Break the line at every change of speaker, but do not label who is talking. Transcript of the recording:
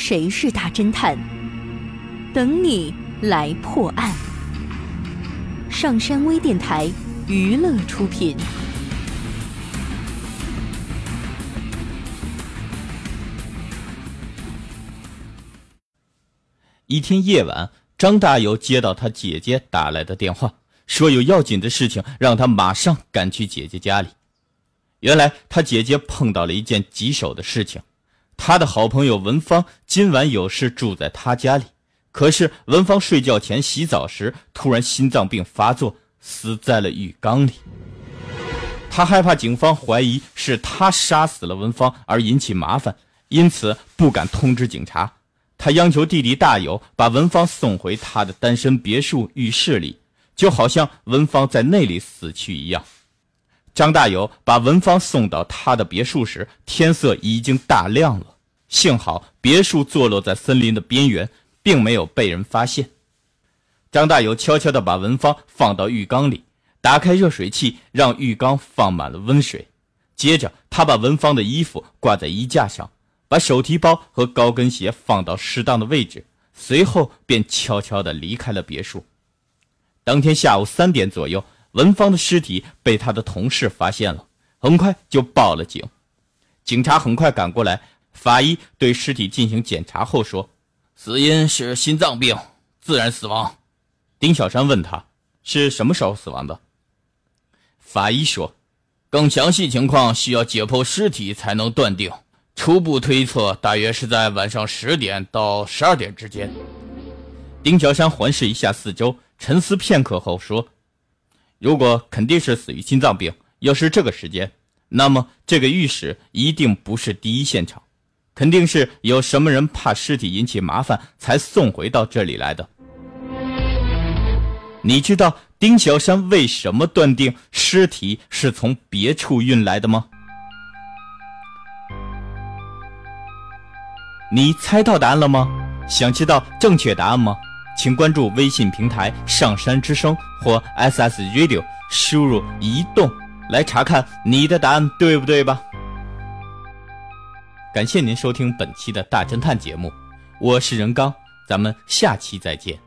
谁是大侦探，等你来破案。上山微电台娱乐出品。
一天夜晚，张大友接到他姐姐打来的电话，说有要紧的事情，让他马上赶去姐姐家里。原来他姐姐碰到了一件棘手的事情，他的好朋友文芳今晚有事住在他家里，可是文芳睡觉前洗澡时突然心脏病发作，死在了浴缸里。他害怕警方怀疑是他杀死了文芳而引起麻烦，因此不敢通知警察。他央求弟弟大友把文芳送回他的单身别墅浴室里，就好像文芳在那里死去一样。张大友把文芳送到他的别墅时，天色已经大亮了，幸好别墅坐落在森林的边缘，并没有被人发现。张大友悄悄地把文芳放到浴缸里，打开热水器，让浴缸放满了温水。接着他把文芳的衣服挂在衣架上，把手提包和高跟鞋放到适当的位置，随后便悄悄地离开了别墅。当天下午3点左右，文芳的尸体被他的同事发现了，很快就报了警。警察很快赶过来，法医对尸体进行检查后说，死因是心脏病，自然死亡。丁小山问他是什么时候死亡的，法医说，更详细情况需要解剖尸体才能断定，初步推测大约是在晚上10点到12点之间。丁小山环视一下四周，沉思片刻后说，如果肯定是死于心脏病，要是这个时间，那么这个浴室一定不是第一现场，肯定是有什么人怕尸体引起麻烦才送回到这里来的。你知道丁小山为什么断定尸体是从别处运来的吗？你猜到答案了吗？想知道正确答案吗？请关注微信平台上山之声或 SS Radio， 输入移动来查看你的答案对不对吧。感谢您收听本期的大侦探节目，我是任刚，咱们下期再见。